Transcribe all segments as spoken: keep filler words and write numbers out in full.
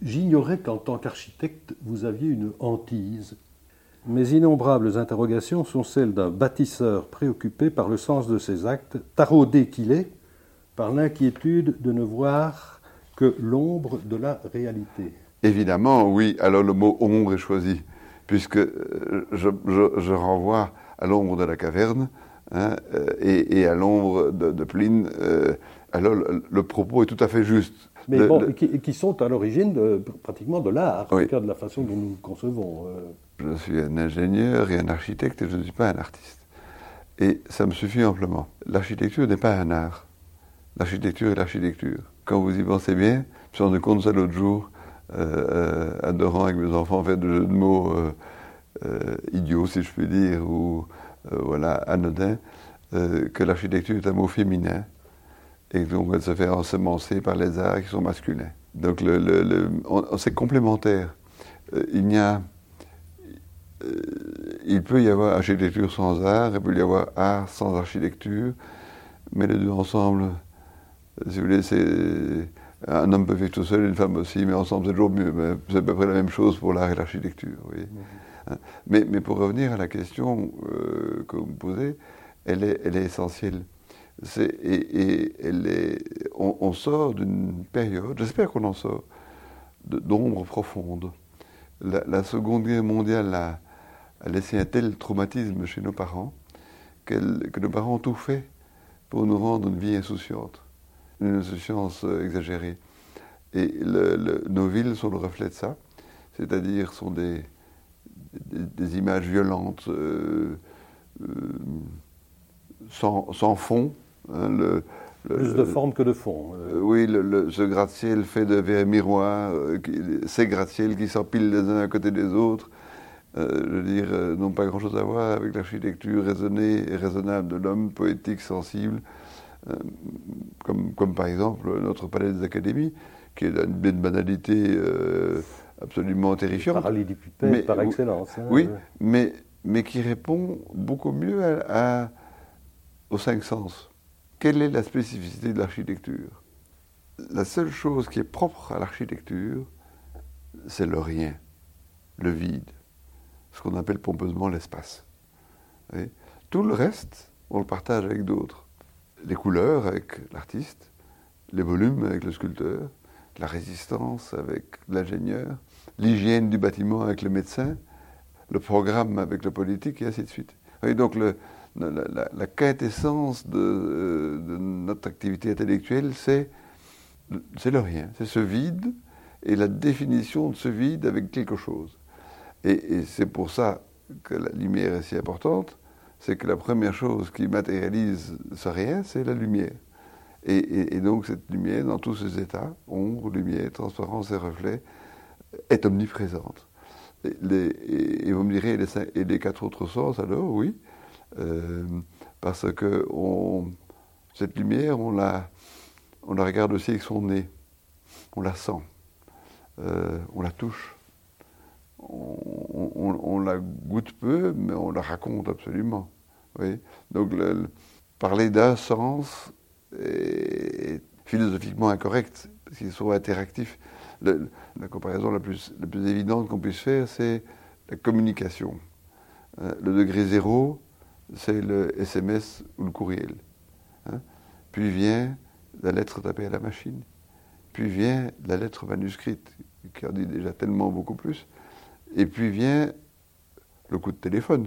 J'ignorais qu'en tant qu'architecte, vous aviez une hantise. Mes innombrables interrogations sont celles d'un bâtisseur préoccupé par le sens de ses actes, taraudé qu'il est par l'inquiétude de ne voir que l'ombre de la réalité. Évidemment, oui. Alors le mot ombre est choisi, puisque je, je, je renvoie à l'ombre de la caverne hein, et, et à l'ombre de, de Pline. Euh, alors le, le propos est tout à fait juste. Mais le, bon, le... Qui, qui sont à l'origine de, pratiquement de l'art, oui. en tout cas de la façon dont nous le concevons. Euh... Je suis un ingénieur et un architecte et je ne suis pas un artiste. Et ça me suffit amplement. L'architecture n'est pas un art. L'architecture est l'architecture. Quand vous y pensez bien, je me suis rendu compte ça l'autre jour, euh, euh, adorant avec mes enfants faire de jeux de mots euh, euh, idiots, si je puis dire, ou euh, voilà, anodins, euh, que l'architecture est un mot féminin et donc elle se fait ensemencer par les arts qui sont masculins. Donc le, le, le, on, c'est complémentaire. Euh, il n'y a... Euh, il peut y avoir architecture sans art, il peut y avoir art sans architecture, mais les deux ensemble, si vous voulez, c'est... Un homme peut vivre tout seul, une femme aussi, mais ensemble c'est toujours mieux. Mais c'est à peu près la même chose pour l'art et l'architecture. Vous voyez. Mmh. Mais, mais pour revenir à la question euh, que vous me posez, elle est, elle est essentielle. C'est, et, et elle est, on, on sort d'une période, j'espère qu'on en sort, de, d'ombre profonde. La, la Seconde Guerre mondiale a, a laissé un tel traumatisme chez nos parents que nos parents ont tout fait pour nous rendre une vie insouciante, une insouciance exagérée. Et le, le, nos villes sont le reflet de ça, c'est-à-dire sont des, des, des images violentes, euh, euh, sans, sans fond. Hein, le, le, Plus de forme que de fond. Euh, oui, le, le, ce gratte-ciel fait de verre miroir, euh, qui, ces gratte-ciels qui s'empilent les uns à côté des autres, euh, je veux dire, euh, n'ont pas grand-chose à voir avec l'architecture raisonnée et raisonnable de l'homme, poétique, sensible, euh, comme, comme par exemple notre palais des académies, qui est d'une banalité euh, absolument terrifiante. Le parallélépipède par excellence. Hein, oui, euh... mais, mais qui répond beaucoup mieux à, à, aux cinq sens. Quelle est la spécificité de l'architecture? La seule chose qui est propre à l'architecture, c'est le rien, le vide, ce qu'on appelle pompeusement l'espace. Et tout le reste, on le partage avec d'autres. Les couleurs avec l'artiste, les volumes avec le sculpteur, la résistance avec l'ingénieur, l'hygiène du bâtiment avec le médecin, le programme avec le politique, et ainsi de suite. Et donc le, la, la, la quintessence de, de notre activité intellectuelle, c'est, c'est le rien, c'est ce vide et la définition de ce vide avec quelque chose. Et, et c'est pour ça que la lumière est si importante, c'est que la première chose qui matérialise ce rien, c'est la lumière. Et, et, et donc cette lumière, dans tous ses états, ombre, lumière, transparence et reflet, est omniprésente. Et, les, et, et vous me direz, et les, cinq, et les quatre autres sens, alors oui, euh, parce que on, cette lumière, on la, on la regarde aussi avec son nez, on la sent, euh, on la touche, on, on, on la goûte peu, mais on la raconte absolument. Oui. Donc le, le, parler d'un sens est philosophiquement incorrect, parce qu'ils sont interactifs. Le, la comparaison la plus, la plus évidente qu'on puisse faire, c'est la communication. Euh, le degré zéro, c'est le S M S ou le courriel. Hein. Puis vient la lettre tapée à la machine. Puis vient la lettre manuscrite, qui en dit déjà tellement beaucoup plus. Et puis vient le coup de téléphone.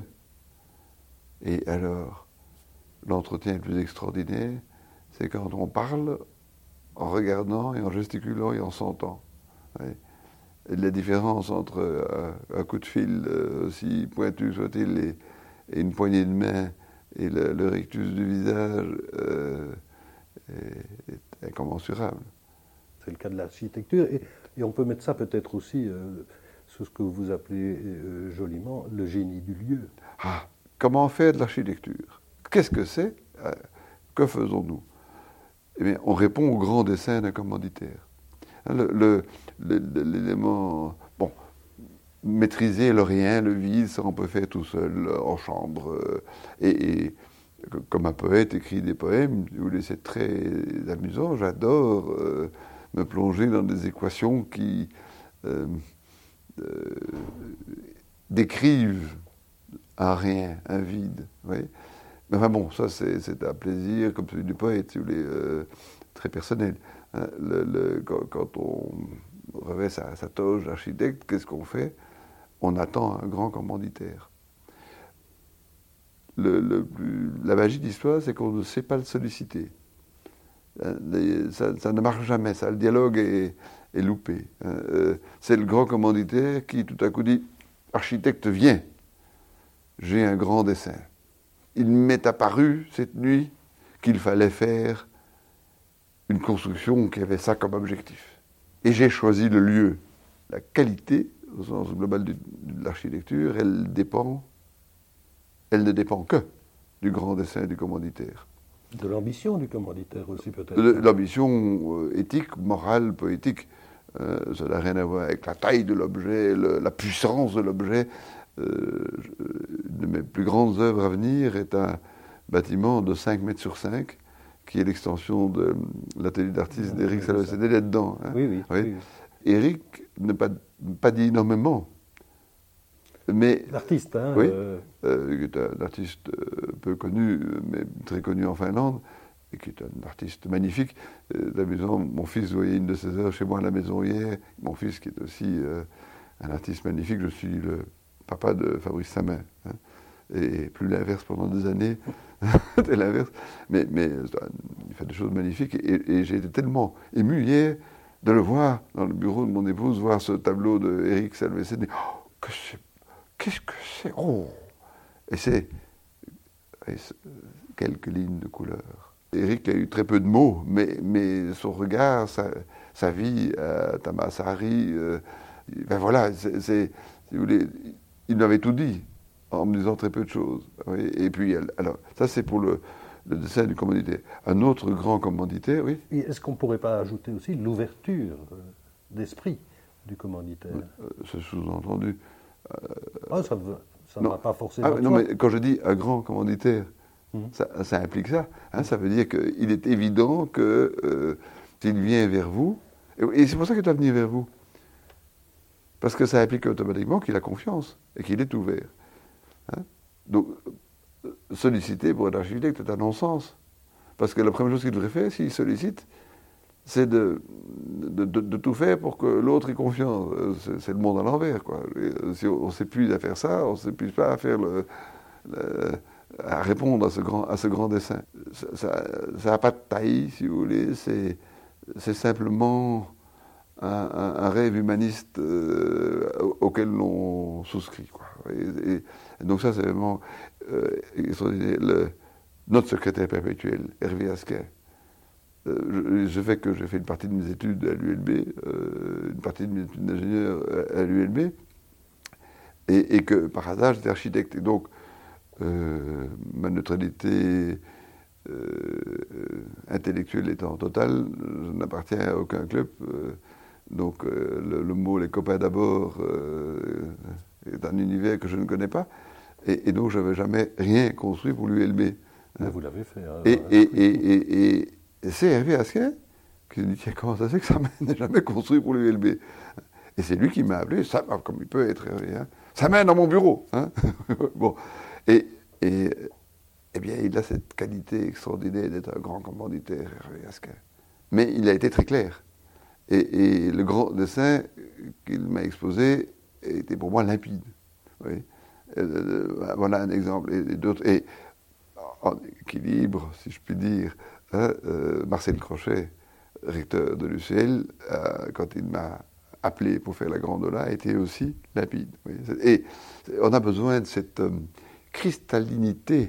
Et alors, l'entretien le plus extraordinaire, c'est quand on parle en regardant et en gesticulant et en sentant. Oui. Et la différence entre euh, un coup de fil, euh, aussi pointu soit-il, et, et une poignée de main, et le, le rictus du visage, euh, est, est incommensurable. C'est le cas de l'architecture. Et, et on peut mettre ça peut-être aussi euh, sur ce que vous appelez euh, joliment le génie du lieu. Ah, comment faire de l'architecture? Qu'est-ce que c'est? euh, Que faisons-nous? Eh bien, on répond au grand dessein d'un commanditaire. Le, le, le, l'élément, bon, maîtriser le rien, le vide, ça on peut faire tout seul, en chambre. Euh, et, et comme un poète écrit des poèmes, c'est très amusant, j'adore euh, me plonger dans des équations qui euh, euh, décrivent un rien, un vide. Oui. Mais enfin bon, ça c'est un plaisir, comme celui du poète, si vous voulez, euh, très personnel. Hein, le, le, quand, quand on revêt sa, sa toge d'architecte, qu'est-ce qu'on fait? On attend un grand commanditaire. Le, le plus, la magie de l'histoire, c'est qu'on ne sait pas le solliciter. Ça, ça ne marche jamais, ça. Le dialogue est, est loupé. Euh, c'est le grand commanditaire qui, tout à coup, dit « Architecte, viens, j'ai un grand dessin. » Il m'est apparu, cette nuit, qu'il fallait faire une construction qui avait ça comme objectif. Et j'ai choisi le lieu. La qualité, au sens global de, de l'architecture, elle dépend, elle ne dépend que du grand dessin du commanditaire. De l'ambition du commanditaire aussi, peut-être. De l'ambition euh, éthique, morale, poétique. Euh, ça n'a rien à voir avec la taille de l'objet, la puissance de l'objet. Euh, une de mes plus grandes œuvres à venir est un bâtiment de cinq mètres sur cinq, qui est l'extension de l'atelier d'artiste oui, d'Éric Salvecene là-dedans. Hein. Oui, oui, oui. oui. Éric n'a pas, pas dit énormément. Mais l'artiste, hein oui, euh... euh, qui est un artiste euh, peu connu, mais très connu en Finlande, et qui est un artiste magnifique. Euh, amusant, mon fils voyait une de ses œuvres chez moi à la maison hier. Mon fils, qui est aussi euh, un artiste magnifique, je suis le papa de Fabrice Samin. Hein, et plus l'inverse pendant des années, c'était l'inverse. Mais, mais il fait des choses magnifiques, et, et j'ai été tellement ému hier de le voir dans le bureau de mon épouse, voir ce tableau de Éric Salvecene. Oh, que c'est Qu'est-ce que c'est? Oh! Et c'est quelques lignes de couleur. Éric a eu très peu de mots, mais, mais son regard, sa, sa vie à Tamașari, euh, ben voilà, c'est, c'est, si vous voulez, il m'avait tout dit en me disant très peu de choses. Oui. Et puis, alors, ça c'est pour le, le dessin du commanditaire. Un autre grand commanditaire, oui. Est-ce qu'on ne pourrait pas ajouter aussi l'ouverture d'esprit du commanditaire? euh, C'est sous-entendu. Euh, oh, ça ne va pas forcément. Ah, non, mais quand je dis un grand commanditaire, mmh. ça, ça implique ça. Hein, mmh. Ça veut dire qu'il est évident que euh, s'il vient vers vous, et, et c'est pour ça qu'il doit venir vers vous, parce que ça implique automatiquement qu'il a confiance et qu'il est ouvert. Hein. Donc, solliciter pour un architecte est un non-sens. Parce que la première chose qu'il devrait faire, s'il sollicite, c'est de, de, de, de tout faire pour que l'autre ait confiance. C'est, c'est le monde à l'envers, quoi. Et si on, on s'épuise à faire ça, on ne s'épuise pas à faire le, le, à répondre à ce grand, à ce grand dessin. Ça n'a pas de taille, si vous voulez. C'est, c'est simplement un, un, un rêve humaniste euh, auquel l'on souscrit, quoi. Et, et, et donc ça, c'est vraiment euh, le, notre secrétaire perpétuel, Hervé Asquin. Euh, je, je fais que j'ai fait une partie de mes études à l'U L B, euh, une partie de mes études d'ingénieur à, à l'U L B, et, et que par hasard j'étais architecte. Et donc euh, ma neutralité euh, intellectuelle étant totale, je n'appartiens à aucun club. Euh, donc euh, le, le mot les copains d'abord euh, est un univers que je ne connais pas, et, et donc je n'avais jamais rien construit pour l'U L B. Mais vous l'avez fait. Hein, et, et, et, et, et Et c'est Hervé Asquin qui se dit, tiens, comment ça se fait que Samin n'est jamais construit pour l'U L B? Et c'est lui qui m'a appelé, ça, comme il peut être Hervé, hein, Samin dans mon bureau. Hein. Bon. Et, et eh bien, il a cette qualité extraordinaire d'être un grand commanditaire, Hervé Asquin. Mais il a été très clair. Et, et le grand dessin qu'il m'a exposé était pour moi limpide. Oui. Euh, voilà un exemple. Et, et d'autres. Et en équilibre, si je puis dire. Hein, euh, Marcel Crochet, recteur de l'U C L, euh, quand il m'a appelé pour faire la Grandola, était aussi limpide. Oui. Et on a besoin de cette euh, cristallinité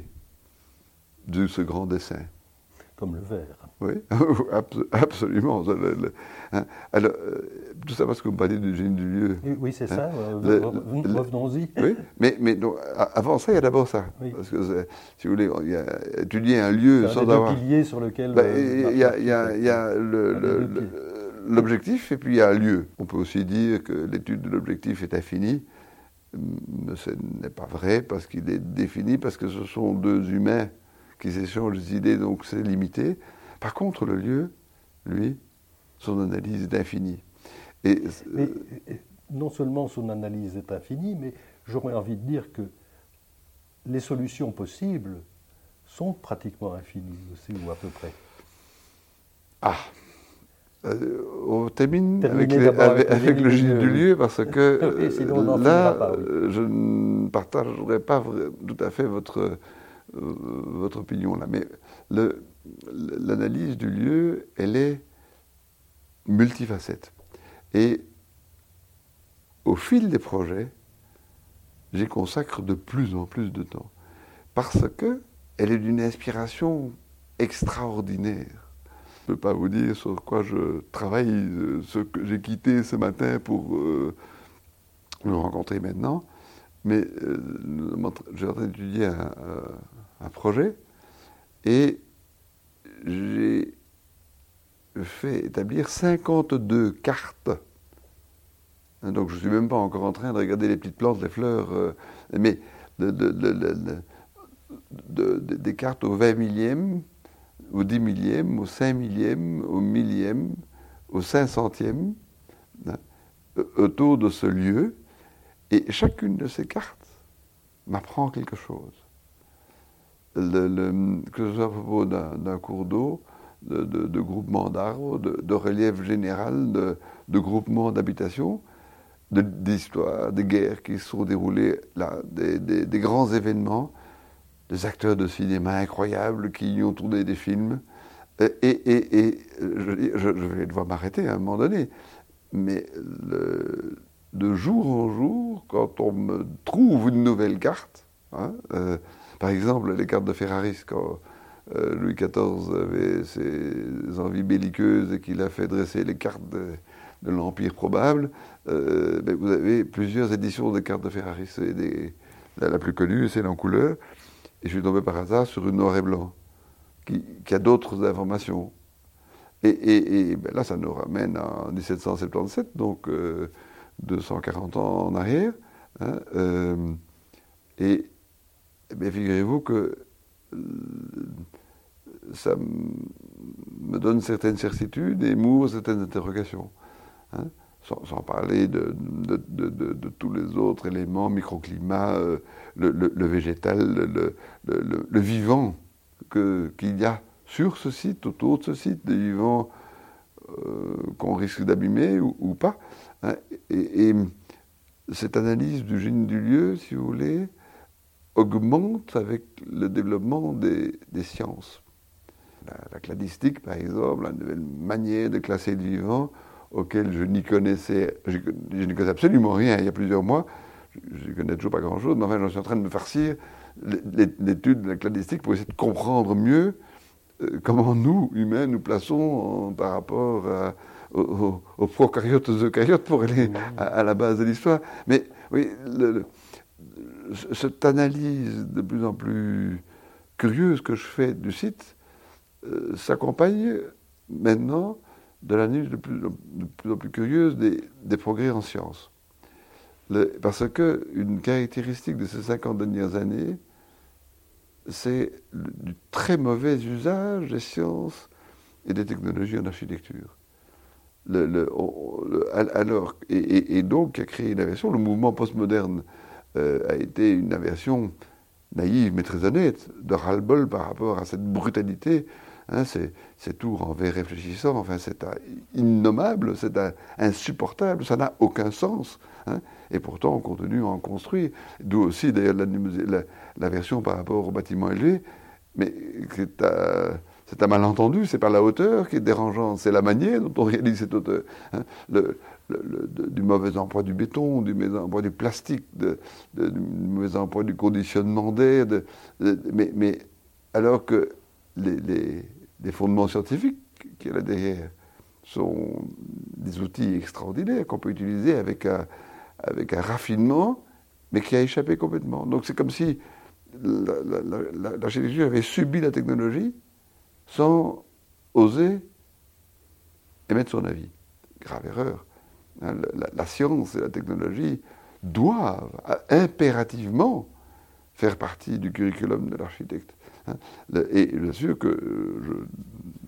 de ce grand dessin. Comme le verre. Oui, absolument. Le, le, hein. Alors, euh, tout ça parce que vous parlez du génie du lieu. Oui, c'est hein. ça, le, revenons-y. Oui, mais, mais donc, avant ça, il y a d'abord ça. Oui. Parce que, si vous voulez, il y a, étudier un lieu sans avoir... Il y a deux piliers sur lesquels... Ben, euh, il y a, il y a, il y a le, le, le, l'objectif et puis il y a un lieu. On peut aussi dire que l'étude de l'objectif est infinie, mais ce n'est pas vrai parce qu'il est défini, parce que ce sont deux humains qui s'échangent des idées, donc c'est limité. Par contre, le lieu, lui, son analyse est infinie. Et, mais non seulement son analyse est infinie, mais j'aurais envie de dire que les solutions possibles sont pratiquement infinies aussi, ou à peu près. Ah euh, On termine avec, les, avec, avec, avec le génie du lieu, parce que oui, sinon, là, pas, oui. je ne partagerai pas tout à fait votre, euh, votre opinion là. Mais le, l'analyse du lieu, elle est multifacette. Et au fil des projets, j'y consacre de plus en plus de temps. Parce qu'elle est d'une inspiration extraordinaire. Je ne peux pas vous dire sur quoi je travaille, ce que j'ai quitté ce matin pour euh, le rencontrer maintenant, mais euh, j'ai en train d'étudier un, un projet et j'ai fait établir cinquante-deux cartes. Donc je ne suis même pas encore en train de regarder les petites plantes, les fleurs, euh, mais de, de, de, de, de, de, des cartes au vingt millième, au dix millième, au cinq millième, au millième, au cinq centième, hein, autour de ce lieu. Et chacune de ces cartes m'apprend quelque chose. Le, le, que ce soit à propos d'un, d'un cours d'eau, de, de, de groupement d'arbres, de, de relief général, de, de groupement d'habitation, de, d'histoires, des guerres qui se sont déroulées là, des, des, des grands événements, des acteurs de cinéma incroyables qui y ont tourné des films. Et, et, et je, je, je vais devoir m'arrêter à un moment donné, mais le, de jour en jour, quand on me trouve une nouvelle carte, hein, euh, par exemple les cartes de Ferraris, quand euh, Louis quatorze avait ses envies belliqueuses et qu'il a fait dresser les cartes de, de l'Empire probable, euh, ben vous avez plusieurs éditions des cartes de Ferraris. Et des, la, la plus connue, c'est en couleur, et je suis tombé par hasard sur une noir et blanc, qui, qui a d'autres informations. Et, et, et ben là, ça nous ramène en dix-sept cent soixante-dix-sept, donc euh, deux cent quarante ans en arrière. Hein, euh, et ben, figurez-vous que euh, ça me donne certaines certitudes et m'ouvre certaines interrogations. Hein, sans, sans parler de, de, de, de, de tous les autres éléments, microclimat, euh, le, le, le végétal, le, le, le, le vivant que, qu'il y a sur ce site, autour de ce site, des vivants euh, qu'on risque d'abîmer ou, ou pas. Hein, et, et cette analyse du génie du lieu, si vous voulez, augmente avec le développement des, des sciences. La, la cladistique, par exemple, la nouvelle manière de classer le vivant, auquel je n'y connaissais, je, je n'y connaissais absolument rien il y a plusieurs mois, je ne connais toujours pas grand-chose, mais enfin, j'en suis en train de me farcir l'étude de la cladistique pour essayer de comprendre mieux euh, comment nous, humains, nous plaçons en, par rapport à, aux, aux prokaryotes, aux eucaryotes, pour aller à, à la base de l'histoire. Mais oui, le, le, cette analyse de plus en plus curieuse que je fais du site euh, s'accompagne maintenant de l'analyse de plus, de plus en plus curieuse des, des progrès en sciences. Le, parce qu'une caractéristique de ces cinquante dernières années, c'est le, du très mauvais usage des sciences et des technologies en architecture. Le, le, on, le, alors, et, et, et donc, qui a créé une aversion, le mouvement postmoderne euh, a été une aversion naïve mais très honnête, de ras-le-bol par rapport à cette brutalité. Hein, c'est, c'est tout en verre réfléchissant, enfin, c'est un, innommable, c'est un, insupportable, ça n'a aucun sens. Hein, et pourtant, on continue à en construire. D'où aussi, d'ailleurs, la, la, la version par rapport au bâtiment élevé, mais c'est un, c'est un malentendu, c'est pas la hauteur qui est dérangeante, c'est la manière dont on réalise cette hauteur. Hein, le, le, le, de, du mauvais emploi du béton, du mauvais emploi du plastique, de, de, du mauvais emploi du conditionnement d'air, de, de, mais, mais alors que les, les, les fondements scientifiques qu'il y a là derrière sont des outils extraordinaires qu'on peut utiliser avec un, avec un raffinement, mais qui a échappé complètement. Donc c'est comme si l'architecture avait subi la technologie sans oser émettre son avis. Grave erreur. La, la, la science et la technologie doivent impérativement faire partie du curriculum de l'architecte. Et bien sûr que je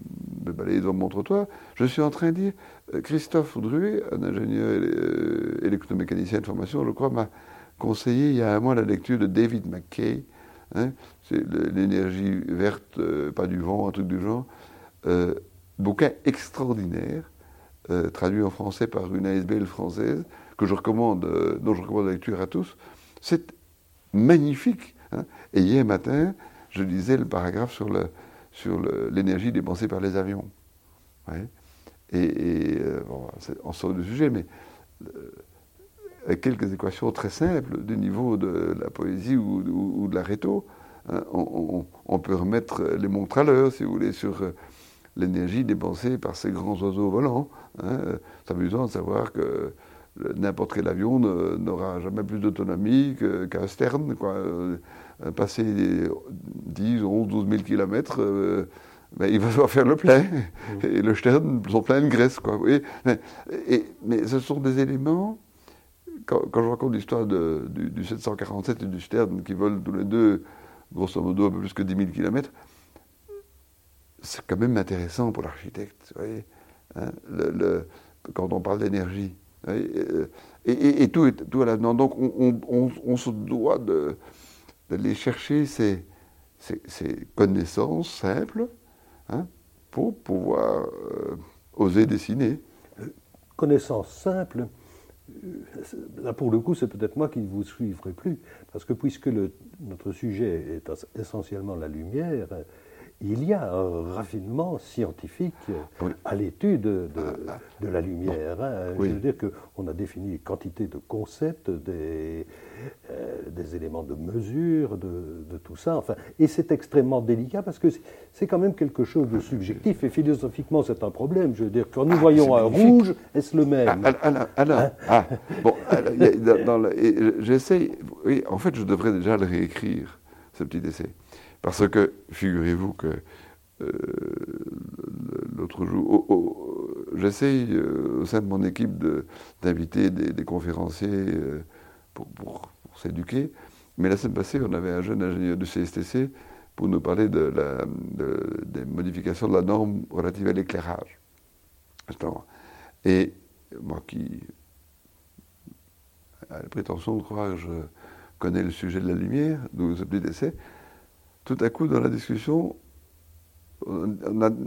vais balayer devant mon trottoir, je suis en train de dire, euh, Christophe Druet, un ingénieur euh, électromécanicien de formation, je crois, m'a conseillé il y a un mois la lecture de David McKay, hein, c'est l'énergie verte, euh, pas du vent, un truc du genre, euh, bouquin extraordinaire, euh, traduit en français par une A S B L française, que je recommande, euh, dont je recommande la lecture à tous. C'est magnifique. Hein. Et hier matin, je lisais le paragraphe sur, le, sur le, l'énergie dépensée par les avions. Ouais. Et, et euh, bon, on sort du sujet, mais euh, avec quelques équations très simples du niveau de la poésie ou, ou, ou de la rhéto, hein, on, on, on peut remettre les montres à l'heure, si vous voulez, sur euh, l'énergie dépensée par ces grands oiseaux volants. Hein. C'est amusant de savoir que n'importe quel avion ne, n'aura jamais plus d'autonomie que, qu'un Stern, quoi. Euh, passer dix, onze, douze mille kilomètres, euh, ben, il va devoir faire le plein. Mmh. Et le Stern, son plein de graisse, quoi. Et, et, mais ce sont des éléments, quand, quand je raconte l'histoire de, du, du sept cent quarante-sept et du Stern, qui volent tous les deux, grosso modo, un peu plus que dix mille kilomètres, c'est quand même intéressant pour l'architecte, vous voyez, hein, le, le, quand on parle d'énergie. Et, et, et tout est tout là-dedans. Donc on, on, on se doit de, d'aller chercher ces, ces, ces connaissances simples, hein, pour pouvoir euh, oser dessiner. Connaissances simples, là pour le coup c'est peut-être moi qui ne vous suivrai plus, parce que puisque le, notre sujet est essentiellement la lumière, il y a un raffinement scientifique oui. à l'étude de, ah, de la lumière. Hein. Oui. Je veux dire qu'on a défini une quantité de concepts, des, euh, des éléments de mesure, de, de tout ça. Enfin, et c'est extrêmement délicat parce que c'est quand même quelque chose de subjectif et philosophiquement c'est un problème. Je veux dire, quand nous ah, voyons un rouge, est-ce le même ah, alors, alors, hein ah, bon, alors, y a, dans, dans le, j'essaye, oui, en fait je devrais déjà le réécrire, ce petit essai. Parce que, figurez-vous que euh, l'autre jour, oh, oh, j'essaye euh, au sein de mon équipe de, d'inviter des, des conférenciers euh, pour, pour, pour s'éduquer. Mais la semaine passée, on avait un jeune ingénieur du C S T C pour nous parler de la, de, des modifications de la norme relative à l'éclairage. Et moi qui a la prétention de croire que je connais le sujet de la lumière, donc ce petit essai, tout à coup, dans la discussion, on a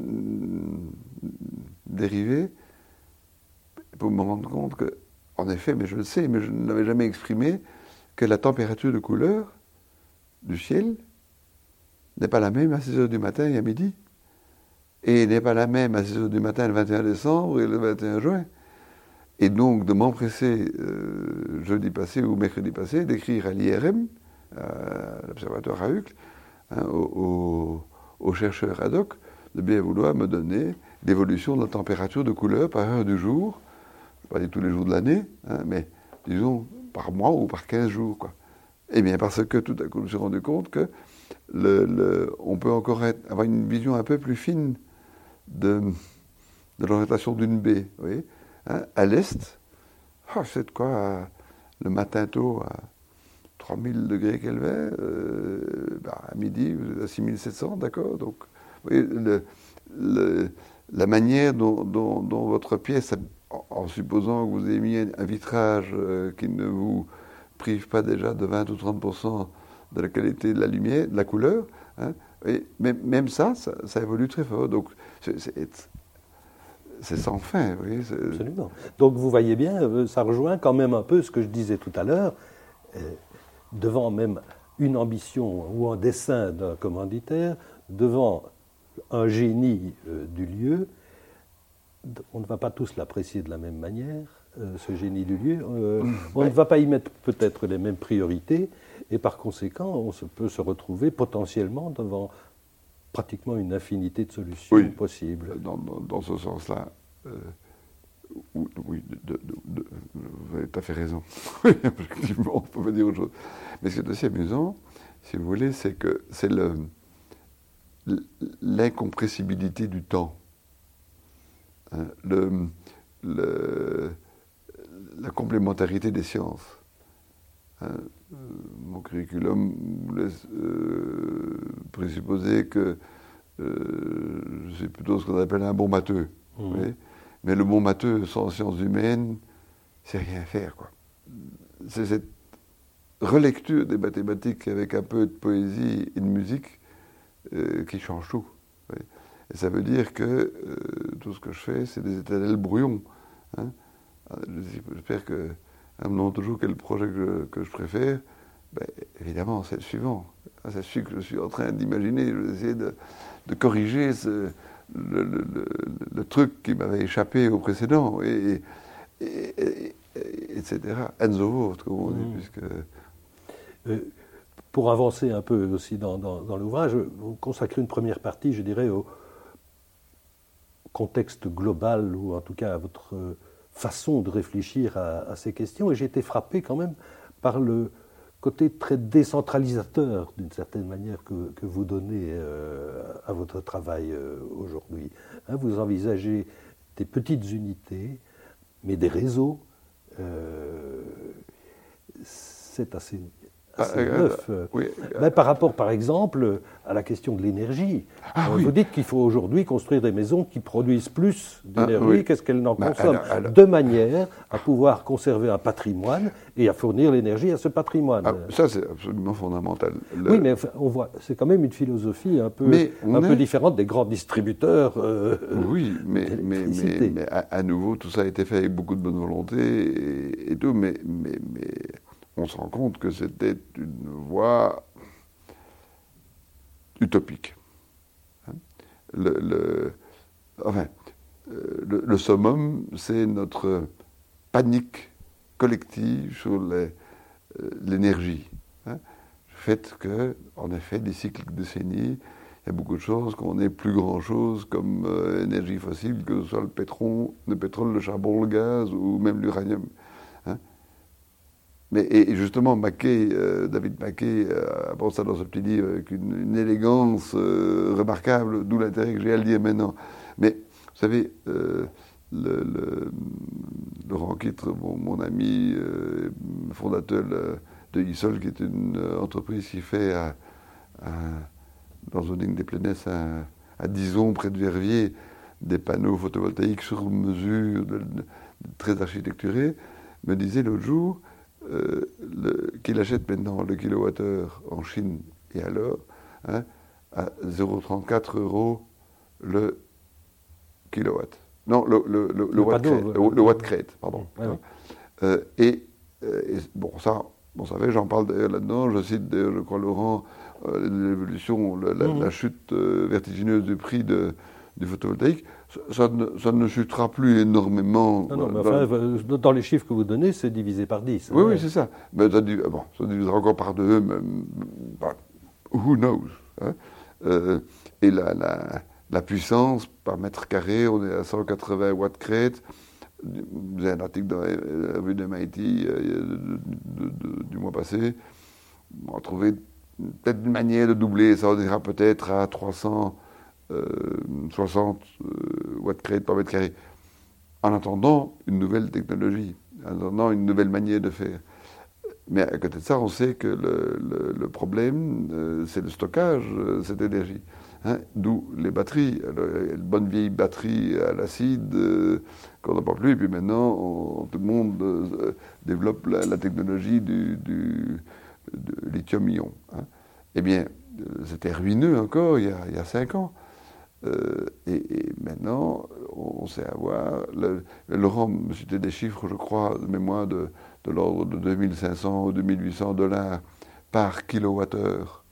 dérivé pour me rendre compte que, en effet, mais je le sais, mais je ne l'avais jamais exprimé, que la température de couleur du ciel n'est pas la même à six heures du matin et à midi, et n'est pas la même à six heures du matin le vingt et un décembre et le vingt et un juin. Et donc, de m'empresser, euh, jeudi passé ou mercredi passé, d'écrire à l'I R M, à l'Observatoire à Uccle, Hein, aux, aux chercheurs ad hoc, de bien vouloir me donner l'évolution de la température de couleur par heure du jour, je ne vais pas dire tous les jours de l'année, hein, mais disons par mois ou par quinze jours. Quoi. Eh bien, parce que tout à coup, je me suis rendu compte que le, le, on peut encore être, avoir une vision un peu plus fine de, de l'orientation d'une baie. Vous voyez, hein, à l'est, oh, c'est de quoi, le matin tôt, à trois mille degrés Kelvin, euh, bah, à midi, vous êtes à six mille sept cents, d'accord. Donc, vous voyez, le, le, la manière dont, dont, dont votre pièce, en, en supposant que vous ayez mis un vitrage euh, qui ne vous prive pas déjà de vingt ou trente pour cent de la qualité de la lumière, de la couleur, hein, et même, même ça, ça, ça évolue très fort. Donc, c'est, c'est, c'est sans fin. Vous voyez, c'est... Absolument. Donc, vous voyez bien, ça rejoint quand même un peu ce que je disais tout à l'heure. Euh, devant même une ambition ou un dessein d'un commanditaire, devant un génie euh, du lieu, on ne va pas tous l'apprécier de la même manière, euh, ce génie du lieu. Euh, mmh, on ouais. ne va pas y mettre peut-être les mêmes priorités, et par conséquent, on se, peut se retrouver potentiellement devant pratiquement une infinité de solutions oui, possibles. Dans, dans, dans ce sens-là, euh, oui, de, de, de, vous avez tout à fait raison. Effectivement, on peut pas dire autre chose. Mais ce qui est aussi amusant, si vous voulez, c'est que c'est le, l'incompressibilité du temps. Hein, le, le, la complémentarité des sciences. Hein, mon curriculum vous laisse euh, présupposer que euh, c'est plutôt ce qu'on appelle un bon matheux. Mmh. Vous voyez. Mais le bon matheux sans sciences humaines, c'est rien faire, quoi. C'est cette relecture des mathématiques avec un peu de poésie et de musique euh, qui change tout. Vous voyez. Et ça veut dire que euh, tout ce que je fais, c'est des éternels brouillons. Hein. J'espère que, à me demande toujours quel projet que je, que je préfère. Ben, évidemment, c'est le suivant. C'est celui que je suis en train d'imaginer. Je vais essayer de, de corriger ce, le, le, le, le truc qui m'avait échappé au précédent, et, et, et, et, etc. And so forth, comme on dit, mmh. puisque... Euh, pour avancer un peu aussi dans, dans, dans l'ouvrage, vous consacrez une première partie, je dirais, au contexte global, ou en tout cas à votre façon de réfléchir à, à ces questions, et j'ai été frappé quand même par le côté très décentralisateur, d'une certaine manière, que, que vous donnez euh, à votre travail euh, aujourd'hui. Hein, vous envisagez des petites unités, mais des réseaux. Euh, c'est assez, assez ah, neuf. Euh, oui, euh, ben, par rapport, par exemple, à la question de l'énergie. Ah, euh, oui. Vous dites qu'il faut aujourd'hui construire des maisons qui produisent plus d'énergie ah, oui. qu'est-ce qu'elles n'en ben, consomment, alors, alors... de manière à pouvoir conserver un patrimoine et à fournir l'énergie à ce patrimoine. Ah, ça, c'est absolument fondamental. Le... Oui, mais on voit, c'est quand même une philosophie un peu, un est... peu différente des grands distributeurs. Euh, oui, mais, mais, mais, mais à, à nouveau, tout ça a été fait avec beaucoup de bonne volonté et, et tout, mais, mais, mais on se rend compte que c'était une voie utopique. Hein? Le, le, enfin, le, le summum, c'est notre panique collective sur les, l'énergie. Hein? Le fait que, en effet, d'ici quelques décennies, il y a beaucoup de choses, qu'on n'ait plus grand-chose comme euh, énergie fossile, que ce soit le pétrole, le pétrole, le charbon, le gaz ou même l'uranium. Hein? Mais, et justement, Mackay, euh, David Mackay euh, apporte ça dans ce petit livre avec une, une élégance euh, remarquable, d'où l'intérêt que j'ai à le dire maintenant. Mais, vous savez, euh, le, le, Laurent Kittre, mon, mon ami euh, fondateur de, de I S O L, qui est une entreprise qui fait à, à, dans Zoning des Plénesses à, à Dizon, près de Verviers, des panneaux photovoltaïques sur mesure, de, de, très architecturés, me disait l'autre jour euh, le, qu'il achète maintenant le kilowattheure en Chine et alors hein, à zéro virgule trente-quatre euros le kilowatt. Non, le, le, le, le, le watt crête, le, le watt crête, pardon. Ouais, ouais. Euh, et, et bon, ça, bon, ça fait, j'en parle d'ailleurs là-dedans, je cite d'ailleurs, je crois, Laurent, euh, l'évolution, la, la, mmh. la chute euh, vertigineuse du prix de, du photovoltaïque. Ça, ça, ne, ça ne chutera plus énormément. Non, non, mais enfin, dans, dans les chiffres que vous donnez, c'est divisé par dix. Oui, hein, oui, c'est ça. Mais ça, bon, ça divisera encore par deux, mais, bah, who knows. Hein. Euh, et la, la, la puissance par mètre carré, on est à cent quatre-vingts watts crête. Vous avez un article dans la revue de M I T euh, de, de, de, du mois passé. On a trouvé peut-être une manière de doubler, ça on ira peut-être à trois cent soixante euh, watts crête par mètre carré. En attendant une nouvelle technologie, en attendant une nouvelle manière de faire. Mais à côté de ça, on sait que le, le, le problème, euh, c'est le stockage, euh, cette énergie. Hein, d'où les batteries. Alors, une bonne vieille batterie à l'acide euh, qu'on n'a pas plus, et puis maintenant, on, tout le monde euh, développe la, la technologie du, du de lithium-ion. Hein. Eh bien, euh, c'était ruineux encore il y a, il y a cinq ans. Euh, et, et maintenant, on sait avoir... Le, Laurent me citait des chiffres, je crois, de mémoire de, de l'ordre de deux mille cinq cents ou deux mille huit cents dollars par kilowattheure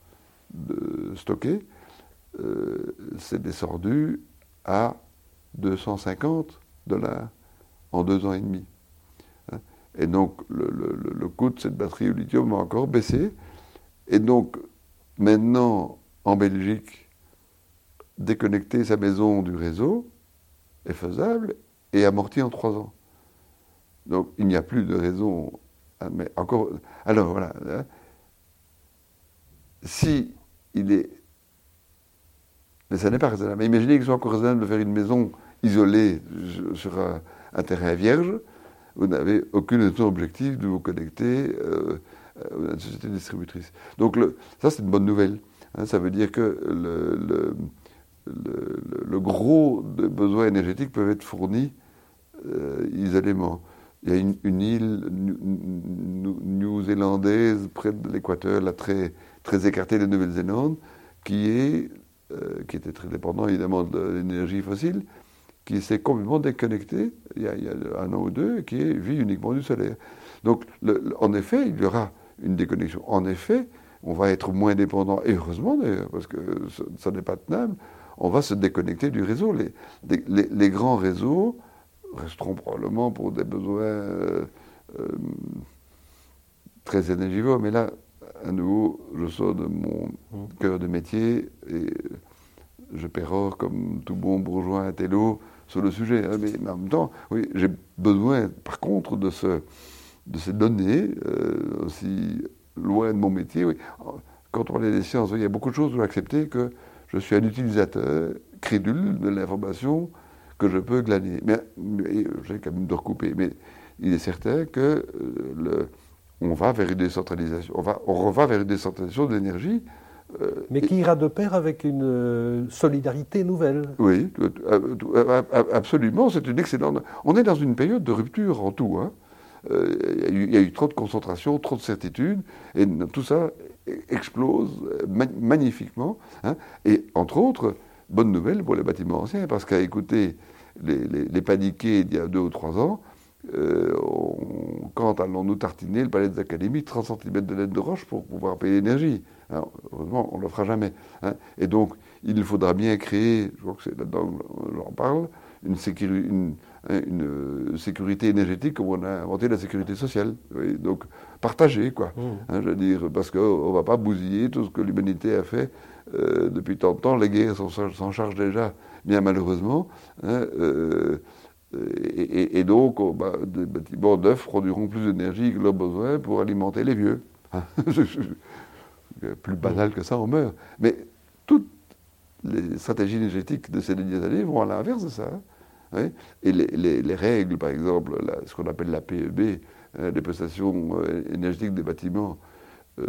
de stocké. Euh, c'est descendu à deux cent cinquante dollars en deux ans et demi. Hein. Et donc, le, le, le coût de cette batterie au lithium va encore baisser. Et donc, maintenant, en Belgique, déconnecter sa maison du réseau est faisable et amorti en trois ans. Donc, il n'y a plus de raison. Mais encore. Alors, voilà. Hein, si il est. Mais ça n'est pas raisonnable. Mais imaginez qu'il soit encore raisonnable de faire une maison isolée sur un, un terrain vierge. Vous n'avez aucune raison objective de vous connecter euh, à une société distributrice. Donc, le, ça, c'est une bonne nouvelle. Hein, ça veut dire que le. le le, le, le gros des besoins énergétiques peuvent être fournis euh, isolément. Il y a une, une île new-zélandaise près de l'équateur, là, très, très écartée de Nouvelle-Zélande, qui, est, euh, qui était très dépendant évidemment de l'énergie fossile, qui s'est complètement déconnectée il y, a, il y a un an ou deux, et qui est, vit uniquement du solaire. Donc, le, le, en effet, il y aura une déconnexion. En effet, on va être moins dépendant, et heureusement d'ailleurs, parce que ça, ça n'est pas tenable, on va se déconnecter du réseau. Les, les, les grands réseaux resteront probablement pour des besoins euh, euh, très énergivores, mais là, à nouveau, je sors de mon mmh. cœur de métier et je pérore comme tout bon bourgeois intello sur le sujet. Hein, mais, mais en même temps, oui, j'ai besoin, par contre, de, ce, de ces données, euh, aussi loin de mon métier. Oui. Quand on parle des sciences, il y a beaucoup de choses où j'ai accepté que je suis un utilisateur crédule de l'information que je peux glaner. Mais, mais j'ai quand même de recouper. Mais il est certain que euh, le, on va vers une décentralisation. On va, on va vers une décentralisation de l'énergie. Euh, mais qui et, ira de pair avec une euh, solidarité nouvelle. Oui, euh, absolument. C'est une excellente. On est dans une période de rupture en tout. Hein. Euh, il, y a eu, il y a eu trop de concentration, trop de certitude, et tout ça explose magnifiquement. Hein. Et entre autres, bonne nouvelle pour les bâtiments anciens, parce qu'à écouter les, les, les paniqués d'il y a deux ou trois ans, euh, on, quand allons-nous tartiner le palais des académies trente centimètres de laine de roche pour pouvoir payer l'énergie? Alors, heureusement, on ne le fera jamais. Hein. Et donc, il faudra bien créer, je crois que c'est là-dedans que j'en parle, une, sécuri- une, une sécurité énergétique comme on a inventé la sécurité sociale. Oui, donc, partagée, quoi. Mmh. Hein, je veux dire, parce qu'on ne va pas bousiller tout ce que l'humanité a fait euh, depuis tant de temps. Les guerres s'en chargent déjà, bien malheureusement. Hein, euh, et, et, et donc, oh, bah, des bâtiments neufs produiront plus d'énergie que leurs besoins pour alimenter les vieux. Hein. Plus banal que ça, on meurt. Mais toutes les stratégies énergétiques de ces dernières années vont à l'inverse de ça. Hein. Oui. Et les, les, les règles, par exemple, la, ce qu'on appelle la P E B, hein, les prestations euh, énergétiques des bâtiments, euh,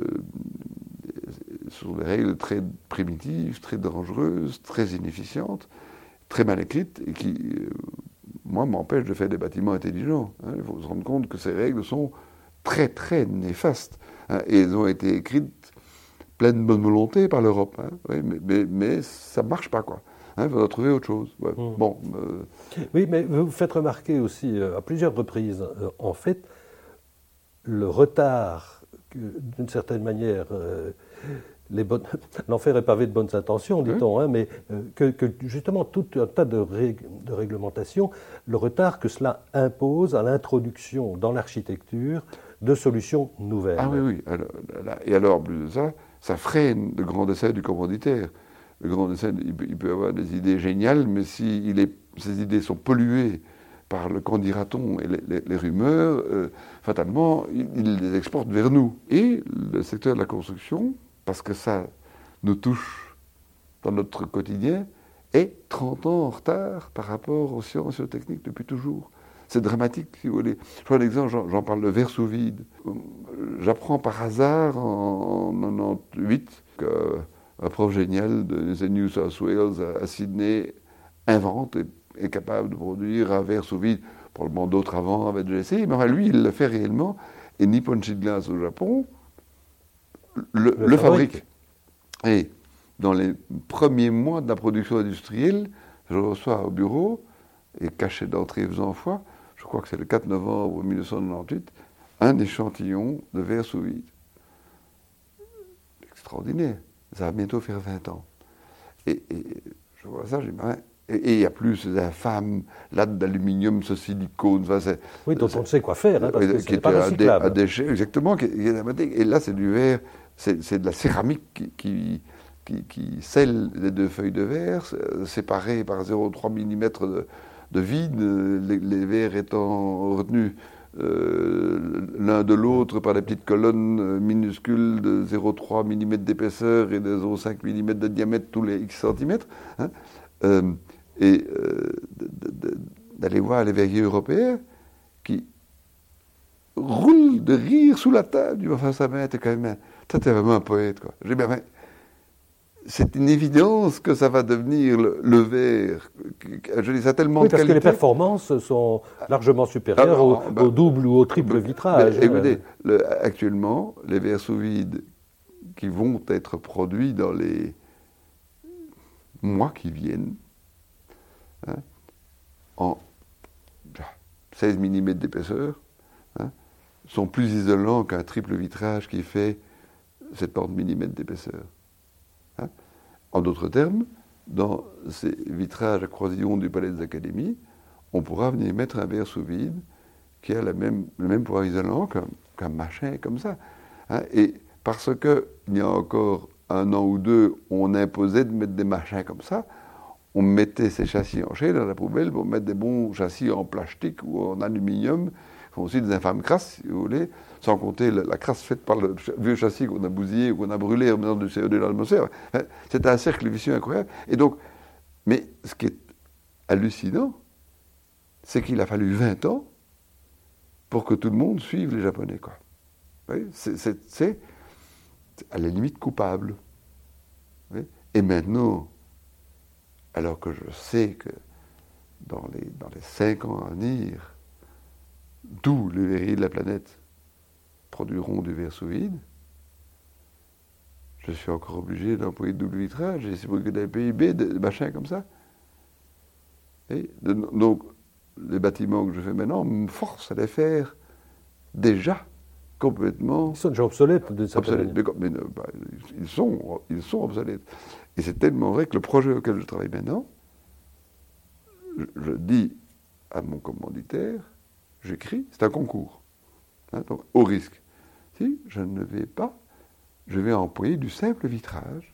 sont des règles très primitives, très dangereuses, très inefficientes, très mal écrites, et qui, euh, moi, m'empêchent de faire des bâtiments intelligents. Hein. Il faut se rendre compte que ces règles sont très, très néfastes. Hein, et elles ont été écrites pleine de bonne volonté par l'Europe, hein, oui, mais, mais, mais ça ne marche pas, quoi. Hein, il faudra trouver autre chose. Ouais. Mmh. Bon, euh... Oui, mais vous faites remarquer aussi euh, à plusieurs reprises, euh, en fait, le retard, que, d'une certaine manière, euh, les bonnes... l'enfer est pavé de bonnes intentions, dit-on, oui. hein, mais euh, que, que justement tout un tas de, rég... de réglementations, le retard que cela impose à l'introduction dans l'architecture de solutions nouvelles. Ah oui, oui. Alors, là, et alors, en plus de ça, ça freine le grand essai du commanditaire. Le grand essai, il peut, il peut avoir des idées géniales, mais si il est, ces idées sont polluées par le qu'en dira-t-on et les, les, les rumeurs, euh, fatalement, il, il les exporte vers nous. Et le secteur de la construction, parce que ça nous touche dans notre quotidien, est trente ans en retard par rapport aux sciences et aux techniques depuis toujours. C'est dramatique, si vous voulez. Je prends un exemple, j'en, j'en parle, le verre sous vide. J'apprends par hasard en, en quatre-vingt-dix-huit qu'un prof génial de New South Wales à Sydney invente et est capable de produire un verre sous vide. Probablement d'autres avant avaient déjà essayé, mais enfin, lui, il le fait réellement. Et Nippon Sheet Glass au Japon le, le, le fabrique. Et dans les premiers mois de la production industrielle, je reçois au bureau, et caché d'entrée faisant foi, je crois que c'est le quatre novembre mille neuf cent quatre-vingt-dix-huit, un échantillon de verre sous vide. Extraordinaire. Ça va bientôt faire vingt ans. Et, et je vois ça, j'ai dit, et il y a plus ces infâmes lattes d'aluminium, ce silicone. Ça, c'est, oui, dont on ne sait quoi faire, hein, parce que c'est pas recyclable. Un déchet, exactement. Et là, c'est du verre, c'est, c'est de la céramique qui, qui, qui, qui scelle les deux feuilles de verre, séparées par zéro virgule trois millimètres de, de vide, les, les verres étant retenus euh, l'un de l'autre par des petites colonnes minuscules de zéro virgule trois millimètres d'épaisseur et de zéro virgule cinq millimètres de diamètre tous les X centimètres. Hein, euh, et euh, de, de, d'aller voir les verriers européens qui roulent de rire sous la table. Enfin, ça m'a été quand même... Ça, t'es vraiment un poète, quoi. J'ai dit, ben, c'est une évidence que ça va devenir le, le verre. Je dis ça tellement oui, de parce qualité. que les performances sont largement supérieures Alors, au, bah, au double ou au triple bah, vitrage. bah, écoutez, le, actuellement, les verres sous vide qui vont être produits dans les mois qui viennent, hein, en seize millimètres d'épaisseur, hein, sont plus isolants qu'un triple vitrage qui fait soixante millimètres d'épaisseur. Hein. En d'autres termes, dans ces vitrages à croisillon du Palais des Académies, on pourra venir mettre un verre sous vide qui a la même, le même pouvoir isolant qu'un, qu'un machin comme ça. Hein. Et parce qu'il y a encore un an ou deux, on imposait de mettre des machins comme ça, on mettait ces châssis en chaîne dans la poubelle pour mettre des bons châssis en plastique ou en aluminium, qui font aussi des infâmes crasses, si vous voulez, sans compter la, la crasse faite par le vieux châssis qu'on a bousillé ou qu'on a brûlé en mettant du C O deux dans l'atmosphère. Enfin, c'est un cercle vicieux incroyable. Et donc, mais ce qui est hallucinant, c'est qu'il a fallu vingt ans pour que tout le monde suive les Japonais, quoi. Oui, c'est, c'est, c'est à la limite coupable. Oui. Et maintenant, alors que je sais que dans les, dans les cinq ans à venir, tous les verriers de la planète produiront du verre sous vide, je suis encore obligé d'employer de double vitrage, et c'est pour que des P I B, de machins comme ça. Et de, donc, les bâtiments que je fais maintenant me forcent à les faire déjà complètement... Ils sont déjà obsolètes, de certaine obsolètes. manière. Mais, mais, bah, ils, sont, ils sont obsolètes. Et c'est tellement vrai que le projet auquel je travaille maintenant, je, je dis à mon commanditaire, j'écris, c'est un concours. Hein, donc, au risque. Si je ne vais pas, je vais employer du simple vitrage.